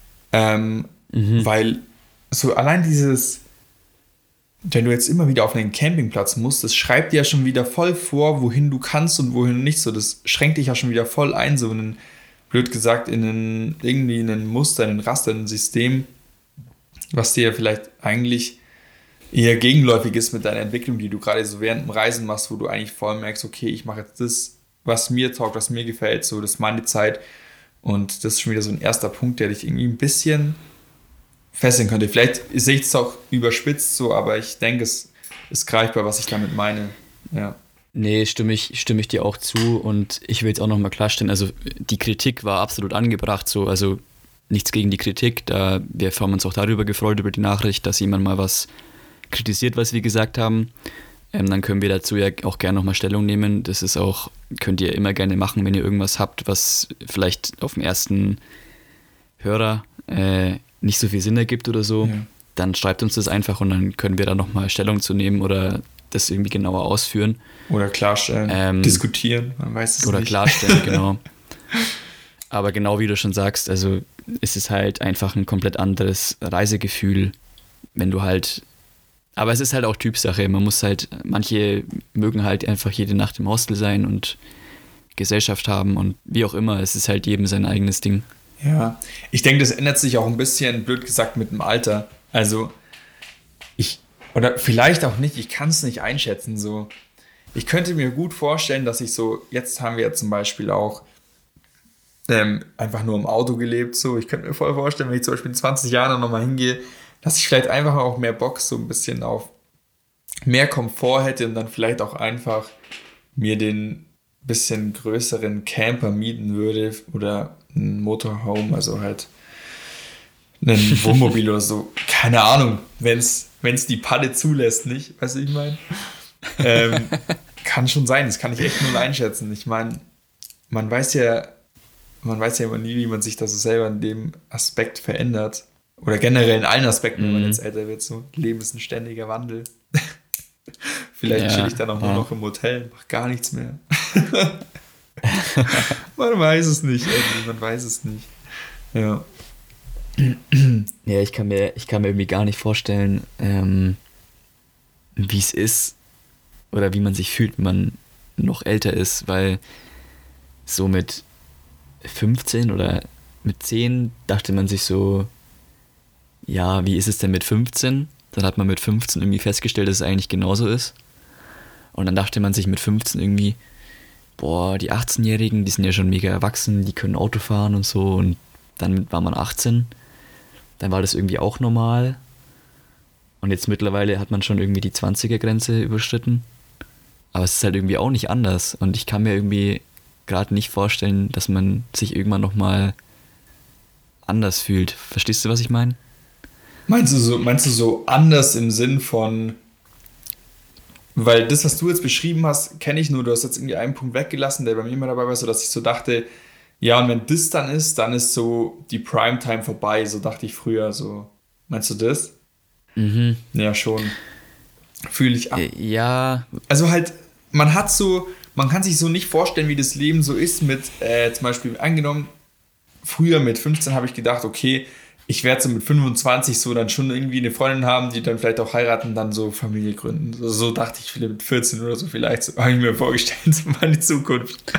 weil so allein dieses, wenn du jetzt immer wieder auf einen Campingplatz musst, das schreibt dir ja schon wieder voll vor, wohin du kannst und wohin nicht. So, das schränkt dich ja schon wieder voll ein, so blöd gesagt, irgendwie in ein Muster, in ein Raster, in ein System, was dir vielleicht eigentlich eher gegenläufig ist mit deiner Entwicklung, die du gerade so während dem Reisen machst, wo du eigentlich voll merkst, okay, ich mache jetzt das, was mir taugt, was mir gefällt, so, das ist meine Zeit. Und das ist schon wieder so ein erster Punkt, der dich irgendwie ein bisschen fesseln könnte. Vielleicht sehe ich es auch überspitzt so, aber ich denke, es ist greifbar, was ich damit meine. Ja. Nee, stimme ich dir auch zu und ich will jetzt auch nochmal klarstellen, also die Kritik war absolut angebracht, so, also nichts gegen die Kritik, wir haben uns auch darüber gefreut, über die Nachricht, dass jemand mal was kritisiert, was wir gesagt haben. Dann können wir dazu ja auch gerne nochmal Stellung nehmen. Das ist auch, könnt ihr immer gerne machen, wenn ihr irgendwas habt, was vielleicht auf dem ersten Hörer nicht so viel Sinn ergibt oder so. Ja. Dann schreibt uns das einfach und dann können wir da nochmal Stellung zu nehmen oder das irgendwie genauer ausführen. Oder klarstellen, diskutieren, man weiß es oder nicht. Oder klarstellen, genau. Aber genau wie du schon sagst, also ist es halt einfach ein komplett anderes Reisegefühl, wenn du halt, aber es ist halt auch Typsache, man muss halt, manche mögen halt einfach jede Nacht im Hostel sein und Gesellschaft haben und wie auch immer, es ist halt jedem sein eigenes Ding. Ja, ich denke, das ändert sich auch ein bisschen, blöd gesagt, mit dem Alter. Also oder vielleicht auch nicht, ich kann es nicht einschätzen, so. Ich könnte mir gut vorstellen, dass ich so, jetzt haben wir ja zum Beispiel auch einfach nur im Auto gelebt, so. Ich könnte mir voll vorstellen, wenn ich zum Beispiel in 20 Jahren nochmal hingehe, dass ich vielleicht einfach auch mehr Bock so ein bisschen auf mehr Komfort hätte und dann vielleicht auch einfach mir den bisschen größeren Camper mieten würde oder ein Motorhome, also halt ein Wohnmobil oder so. Keine Ahnung, wenn es die Palle zulässt, nicht? Weißt du, ich meine? Kann schon sein, das kann ich echt null einschätzen. Ich meine, man weiß ja immer nie, wie man sich das so selber in dem Aspekt verändert. Oder generell in allen Aspekten, wenn man jetzt älter wird. So, Leben ist ein ständiger Wandel. Vielleicht chill ich dann auch nur noch im Hotel, mach gar nichts mehr. Man weiß es nicht, irgendwie, man weiß es nicht. Ja. Ja, ich kann mir irgendwie gar nicht vorstellen, wie es ist oder wie man sich fühlt, wenn man noch älter ist, weil so mit 15 oder mit 10 dachte man sich so, ja, wie ist es denn mit 15? Dann hat man mit 15 irgendwie festgestellt, dass es eigentlich genauso ist. Und dann dachte man sich mit 15 irgendwie, boah, die 18-Jährigen, die sind ja schon mega erwachsen, die können Auto fahren und so. Und dann war man 18, dann war das irgendwie auch normal. Und jetzt mittlerweile hat man schon irgendwie die 20er-Grenze überschritten. Aber es ist halt irgendwie auch nicht anders. Und ich kann mir irgendwie gerade nicht vorstellen, dass man sich irgendwann nochmal anders fühlt. Verstehst du, was ich meine? Meinst du so anders im Sinn von, weil das, was du jetzt beschrieben hast, kenne ich nur, du hast jetzt irgendwie einen Punkt weggelassen, der bei mir immer dabei war, so dass ich so dachte, ja, und wenn das dann ist so die Primetime vorbei, so dachte ich früher, so. Meinst du das? Mhm. Ja, schon. Fühle ich ab. Ja. Also halt, man kann sich so nicht vorstellen, wie das Leben so ist mit, zum Beispiel angenommen, früher mit 15 habe ich gedacht, okay, ich werde so mit 25 so dann schon irgendwie eine Freundin haben, die dann vielleicht auch heiraten, dann so Familie gründen. So dachte ich mit 14 oder so vielleicht, so habe ich mir vorgestellt, so meine Zukunft.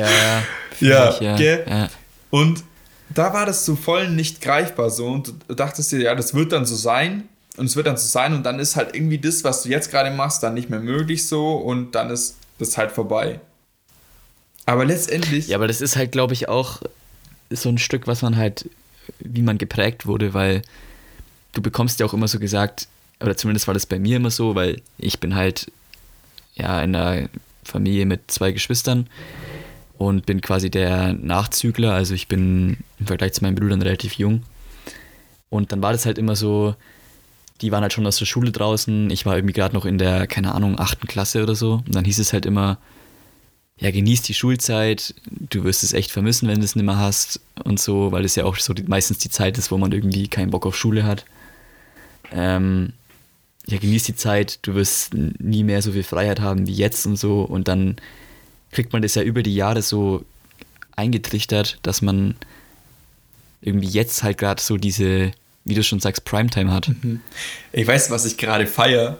Ja, gell? Ja. Und da war das so voll nicht greifbar so und du dachtest dir, ja, das wird dann so sein und es wird dann so sein und dann ist halt irgendwie das, was du jetzt gerade machst, dann nicht mehr möglich so und dann ist das halt vorbei. Aber letztendlich... Ja, aber das ist halt, glaube ich, auch so ein Stück, was man halt, wie man geprägt wurde, weil du bekommst ja auch immer so gesagt, oder zumindest war das bei mir immer so, weil ich bin halt ja in einer Familie mit 2 Geschwistern und bin quasi der Nachzügler, also ich bin im Vergleich zu meinen Brüdern relativ jung. Und dann war das halt immer so, die waren halt schon aus der Schule draußen, ich war irgendwie gerade noch in der, keine Ahnung, 8. Klasse oder so. Und dann hieß es halt immer, ja, genieß die Schulzeit, du wirst es echt vermissen, wenn du es nicht mehr hast und so, weil es ja auch so meistens die Zeit ist, wo man irgendwie keinen Bock auf Schule hat. Ja, genieß die Zeit, du wirst nie mehr so viel Freiheit haben wie jetzt und so. Und dann kriegt man das ja über die Jahre so eingetrichtert, dass man irgendwie jetzt halt gerade so diese, wie du schon sagst, Primetime hat. Ich weiß, was ich gerade feiere.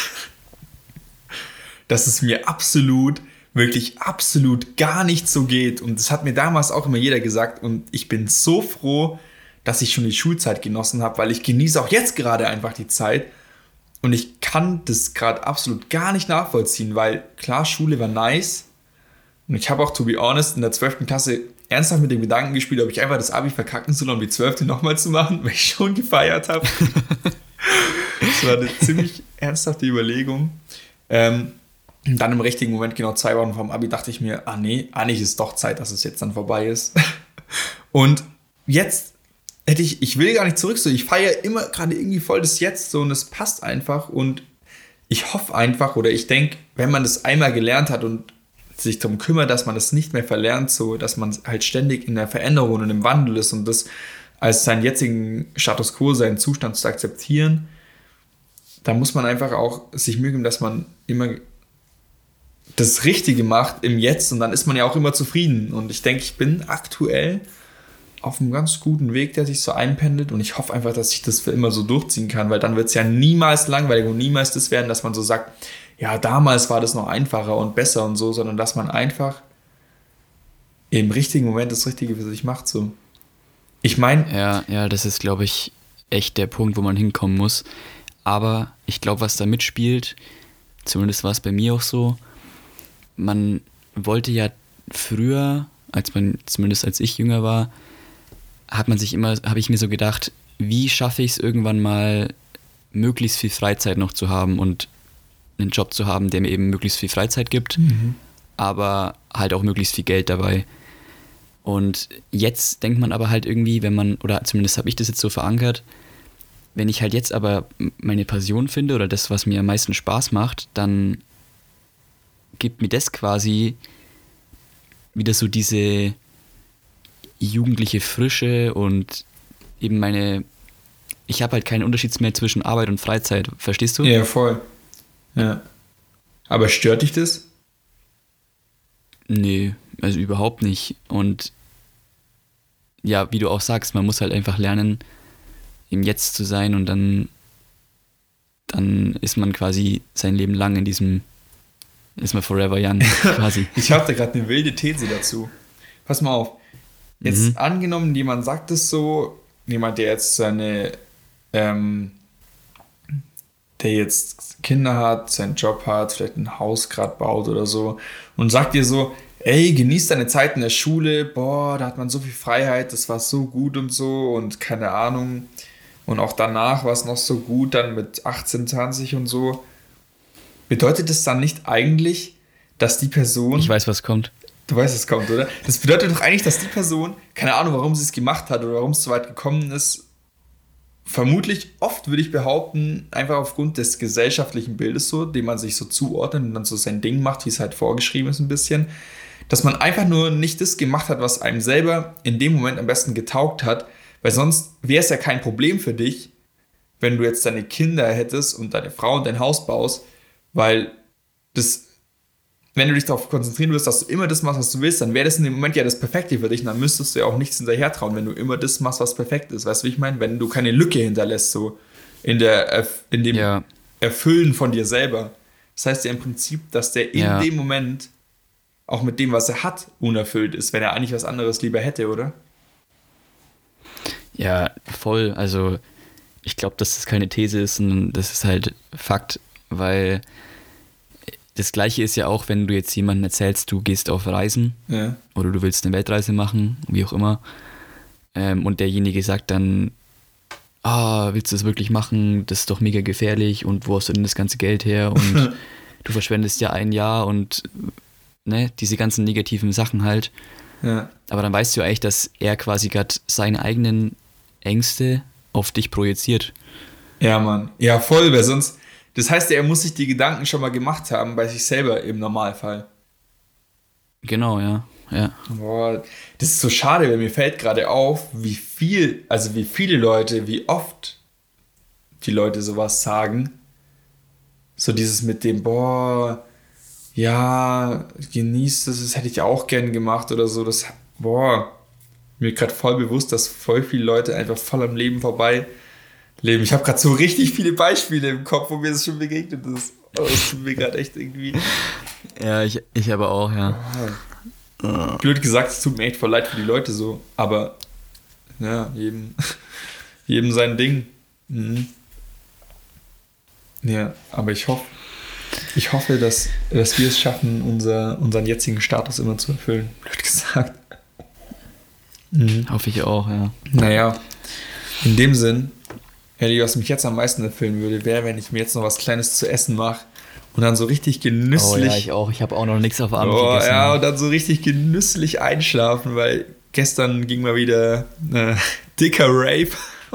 Dass es mir wirklich absolut gar nicht so geht. Und das hat mir damals auch immer jeder gesagt. Und ich bin so froh, dass ich schon die Schulzeit genossen habe, weil ich genieße auch jetzt gerade einfach die Zeit. Und ich kann das gerade absolut gar nicht nachvollziehen, weil klar, Schule war nice. Und ich habe auch, to be honest, in der 12. Klasse ernsthaft mit dem Gedanken gespielt, ob ich einfach das Abi verkacken soll, um die 12. nochmal zu machen, weil ich schon gefeiert habe. Das war eine ziemlich ernsthafte Überlegung. Und dann im richtigen Moment, genau 2 Wochen vom Abi, dachte ich mir, nee, eigentlich ist es doch Zeit, dass es jetzt dann vorbei ist. Und jetzt ich will gar nicht zurück, so ich feiere immer gerade irgendwie voll das Jetzt so und es passt einfach und ich hoffe einfach oder ich denke, wenn man das einmal gelernt hat und sich darum kümmert, dass man das nicht mehr verlernt, so dass man halt ständig in der Veränderung und im Wandel ist und das als seinen jetzigen Status quo, seinen Zustand zu akzeptieren, da muss man einfach auch sich Mühe geben, dass man immer das Richtige macht im Jetzt und dann ist man ja auch immer zufrieden und ich denke, ich bin aktuell auf einem ganz guten Weg, der sich so einpendelt und ich hoffe einfach, dass ich das für immer so durchziehen kann, weil dann wird es ja niemals langweilig und niemals das werden, dass man so sagt, ja, damals war das noch einfacher und besser und so, sondern dass man einfach im richtigen Moment das Richtige für sich macht, so. Ich meine... Ja, das ist, glaube ich, echt der Punkt, wo man hinkommen muss, aber ich glaube, was da mitspielt, zumindest war es bei mir auch so, man wollte ja früher, zumindest als ich jünger war, habe ich mir so gedacht, wie schaffe ich es irgendwann mal, möglichst viel Freizeit noch zu haben und einen Job zu haben, der mir eben möglichst viel Freizeit gibt, aber halt auch möglichst viel Geld dabei. Und jetzt denkt man aber halt irgendwie, wenn man, oder zumindest habe ich das jetzt so verankert, wenn ich halt jetzt aber meine Passion finde oder das, was mir am meisten Spaß macht, dann gibt mir das quasi wieder so diese jugendliche Frische und eben ich habe halt keinen Unterschied mehr zwischen Arbeit und Freizeit, verstehst du? Ja, voll. Ja. Aber stört dich das? Nee, also überhaupt nicht. Und ja, wie du auch sagst, man muss halt einfach lernen, im Jetzt zu sein und dann ist man quasi sein Leben lang ist man forever young quasi. Ich habe da gerade eine wilde These dazu. Pass mal auf. Jetzt angenommen, jemand sagt es so, jemand, der jetzt der jetzt Kinder hat, seinen Job hat, vielleicht ein Haus gerade baut oder so und sagt dir so, ey, genieß deine Zeit in der Schule, boah, da hat man so viel Freiheit, das war so gut und so und keine Ahnung. Und auch danach war es noch so gut, dann mit 18, 20 und so. Bedeutet das dann nicht eigentlich, dass die Person... Ich weiß, was kommt. Du weißt, es kommt, oder? Das bedeutet doch eigentlich, dass die Person, keine Ahnung, warum sie es gemacht hat oder warum es so weit gekommen ist, vermutlich oft, würde ich behaupten, einfach aufgrund des gesellschaftlichen Bildes so, dem man sich so zuordnet und dann so sein Ding macht, wie es halt vorgeschrieben ist ein bisschen, dass man einfach nur nicht das gemacht hat, was einem selber in dem Moment am besten getaugt hat, weil sonst wäre es ja kein Problem für dich, wenn du jetzt deine Kinder hättest und deine Frau und dein Haus baust, weil wenn du dich darauf konzentrieren würdest, dass du immer das machst, was du willst, dann wäre das in dem Moment ja das Perfekte für dich und dann müsstest du ja auch nichts hinterher trauen, wenn du immer das machst, was perfekt ist. Weißt du, wie ich meine? Wenn du keine Lücke hinterlässt, so in dem Erfüllen von dir selber. Das heißt ja im Prinzip, dass der in dem Moment auch mit dem, was er hat, unerfüllt ist, wenn er eigentlich was anderes lieber hätte, oder? Ja, voll. Also ich glaube, dass das keine These ist, sondern das ist halt Fakt, weil das Gleiche ist ja auch, wenn du jetzt jemandem erzählst, du gehst auf Reisen oder du willst eine Weltreise machen, wie auch immer, und derjenige sagt dann, willst du das wirklich machen? Das ist doch mega gefährlich und wo hast du denn das ganze Geld her? Und du verschwendest ja ein Jahr und diese ganzen negativen Sachen halt. Ja. Aber dann weißt du eigentlich, dass er quasi gerade seine eigenen Ängste auf dich projiziert. Ja, Mann. Ja, voll, weil sonst... Das heißt, er muss sich die Gedanken schon mal gemacht haben bei sich selber im Normalfall. Genau, ja. Boah, das ist so schade, weil mir fällt gerade auf, wie viele Leute, wie oft die Leute sowas sagen. So dieses mit dem, boah, ja, genießt das hätte ich auch gern gemacht oder so. Mir gerade voll bewusst, dass voll viele Leute einfach voll am Leben vorbei leben. Ich habe gerade so richtig viele Beispiele im Kopf, wo mir das schon begegnet ist. Das tut mir gerade echt irgendwie... Ja, ich aber auch, ja. Blöd gesagt, es tut mir echt voll leid für die Leute so, aber ja, jedem sein Ding. Mhm. Ja, aber ich hoffe, dass wir es schaffen, unseren jetzigen Status immer zu erfüllen. Blöd gesagt. Mhm. Hoffe ich auch, ja. Naja, in dem Sinn, Ellie, was mich jetzt am meisten erfüllen würde, wäre, wenn ich mir jetzt noch was Kleines zu essen mache und dann so richtig genüsslich... Oh ja, ich auch. Ich habe auch noch nichts auf Abend gegessen. Ja, und dann so richtig genüsslich einschlafen, weil gestern ging mal wieder dicker Rape.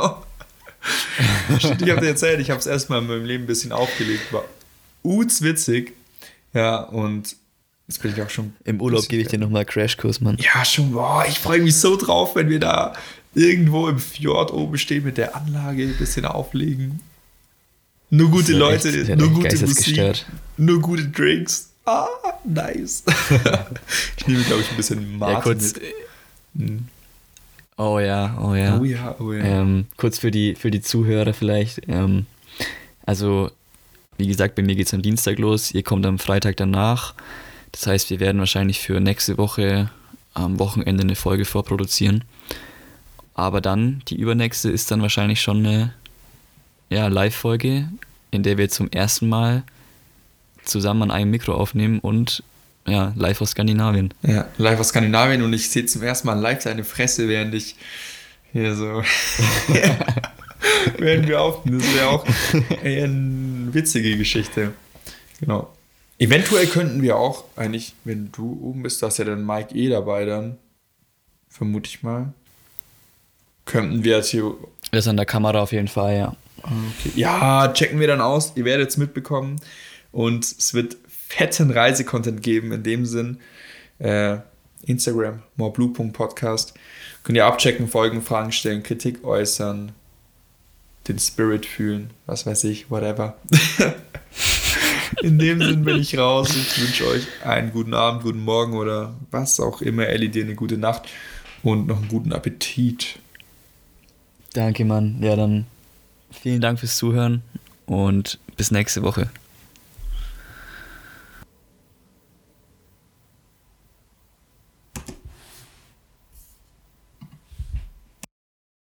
Ich habe dir erzählt, ich habe es erstmal in meinem Leben ein bisschen aufgelegt. War witzig. Ja, und jetzt bin ich auch schon... Im Urlaub gebe ich dir nochmal Crashkurs, Mann. Ja, schon. Boah, ich freue mich so drauf, wenn wir da irgendwo im Fjord oben stehen mit der Anlage, ein bisschen auflegen. Nur gute Leute, nur gute Musik, nur gute Drinks. Nice. Ich nehme, glaube ich, ein bisschen Mate mit. Oh ja. Kurz für die Zuhörer vielleicht. Also, wie gesagt, bei mir geht es am Dienstag los. Ihr kommt am Freitag danach. Das heißt, wir werden wahrscheinlich für nächste Woche am Wochenende eine Folge vorproduzieren. Aber dann, die übernächste, ist dann wahrscheinlich schon eine Live-Folge, in der wir zum ersten Mal zusammen an einem Mikro aufnehmen und live aus Skandinavien. Ja, live aus Skandinavien und ich sehe zum ersten Mal live deine Fresse, während ich hier so werden wir aufnehmen. Das wäre auch eine witzige Geschichte. Genau. Eventuell könnten wir auch, eigentlich, wenn du oben bist, da ist ja dann Mike dabei dann, vermute ich mal, könnten wir jetzt hier... Das ist an der Kamera auf jeden Fall, ja. Okay. Ja, checken wir dann aus. Ihr werdet es mitbekommen. Und es wird fetten Reisecontent geben. In dem Sinn, Instagram, moreblue.podcast. Könnt ihr abchecken, folgen, Fragen stellen, Kritik äußern, den Spirit fühlen, was weiß ich, whatever. In dem Sinn bin ich raus. Ich wünsche euch einen guten Abend, guten Morgen oder was auch immer. Elli, dir eine gute Nacht und noch einen guten Appetit. Danke, Mann. Ja, dann vielen Dank fürs Zuhören und bis nächste Woche.